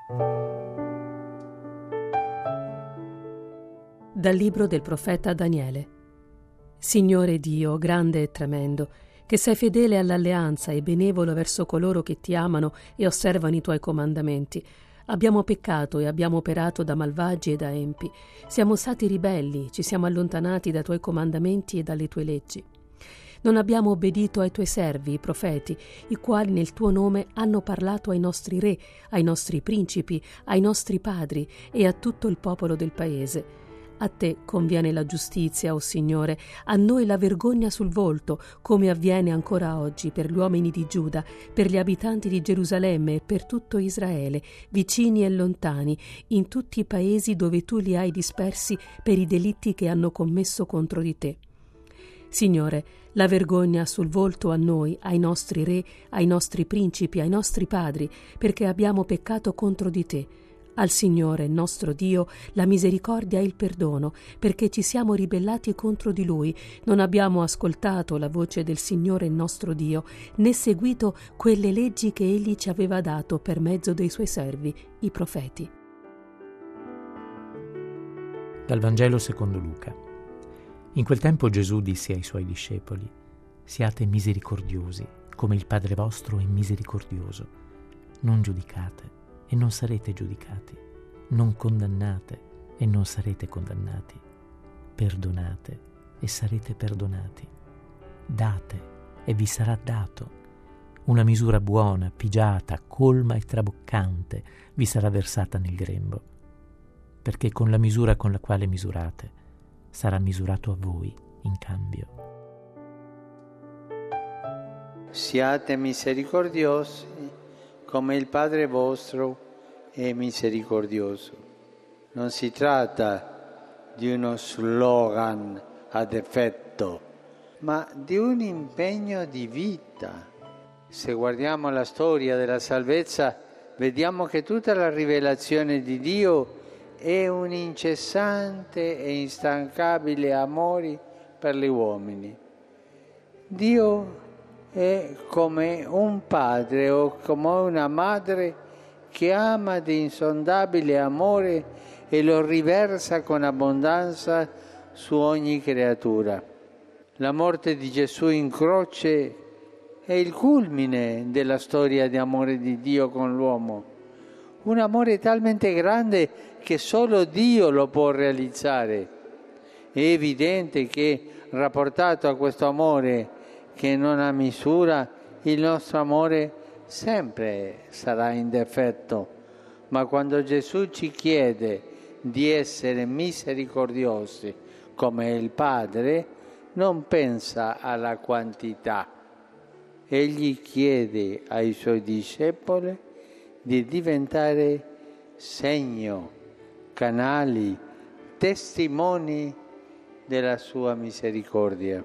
Dal libro del profeta Daniele. Signore Dio, grande e tremendo, che sei fedele all'alleanza e benevolo verso coloro che ti amano e osservano i tuoi comandamenti, abbiamo peccato e abbiamo operato da malvagi e da empi. Siamo stati ribelli, ci siamo allontanati dai tuoi comandamenti e dalle tue leggi. Non abbiamo obbedito ai tuoi servi, i profeti, i quali nel tuo nome hanno parlato ai nostri re, ai nostri principi, ai nostri padri e a tutto il popolo del paese. A te conviene la giustizia, o Signore, a noi la vergogna sul volto, come avviene ancora oggi per gli uomini di Giuda, per gli abitanti di Gerusalemme e per tutto Israele, vicini e lontani, in tutti i paesi dove tu li hai dispersi per i delitti che hanno commesso contro di te. Signore, la vergogna sul volto a noi, ai nostri re, ai nostri principi, ai nostri padri, perché abbiamo peccato contro di te. Al Signore, nostro Dio, la misericordia e il perdono, perché ci siamo ribellati contro di Lui, non abbiamo ascoltato la voce del Signore nostro Dio, né seguito quelle leggi che Egli ci aveva dato per mezzo dei Suoi servi, i profeti. Dal Vangelo secondo Luca. In quel tempo Gesù disse ai Suoi discepoli: «Siate misericordiosi, come il Padre vostro è misericordioso. Non giudicate, e non sarete giudicati. Non condannate, e non sarete condannati. Perdonate, e sarete perdonati. Date, e vi sarà dato. Una misura buona, pigiata, colma e traboccante vi sarà versata nel grembo. Perché con la misura con la quale misurate, sarà misurato a voi in cambio». Siate misericordiosi, come il Padre vostro è misericordioso. Non si tratta di uno slogan ad effetto, ma di un impegno di vita. Se guardiamo la storia della salvezza, vediamo che tutta la rivelazione di Dio è un incessante e instancabile amore per gli uomini. Dio è come un padre o come una madre che ama di insondabile amore e lo riversa con abbondanza su ogni creatura. La morte di Gesù in croce è il culmine della storia di amore di Dio con l'uomo. Un amore talmente grande che solo Dio lo può realizzare. È evidente che, rapportato a questo amore che non ha misura, il nostro amore sempre sarà in difetto, ma quando Gesù ci chiede di essere misericordiosi come il Padre, non pensa alla quantità. Egli chiede ai Suoi discepoli di diventare segno, canali, testimoni della Sua misericordia.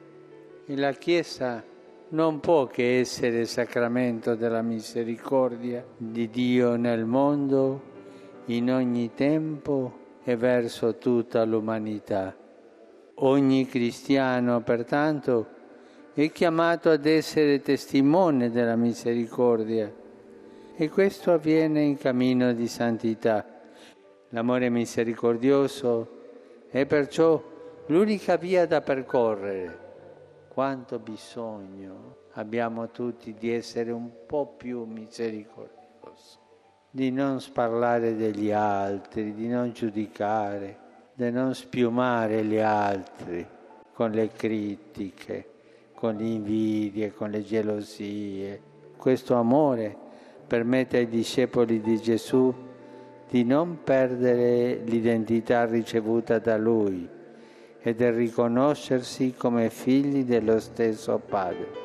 E la Chiesa non può che essere sacramento della misericordia di Dio nel mondo, in ogni tempo e verso tutta l'umanità. Ogni cristiano, pertanto, è chiamato ad essere testimone della misericordia, e questo avviene in cammino di santità. L'amore misericordioso è perciò l'unica via da percorrere. Quanto bisogno abbiamo tutti di essere un po' più misericordiosi, di non sparlare degli altri, di non giudicare, di non spiumare gli altri con le critiche, con le invidie, con le gelosie. Questo amore permette ai discepoli di Gesù di non perdere l'identità ricevuta da Lui e del riconoscersi come figli dello stesso Padre.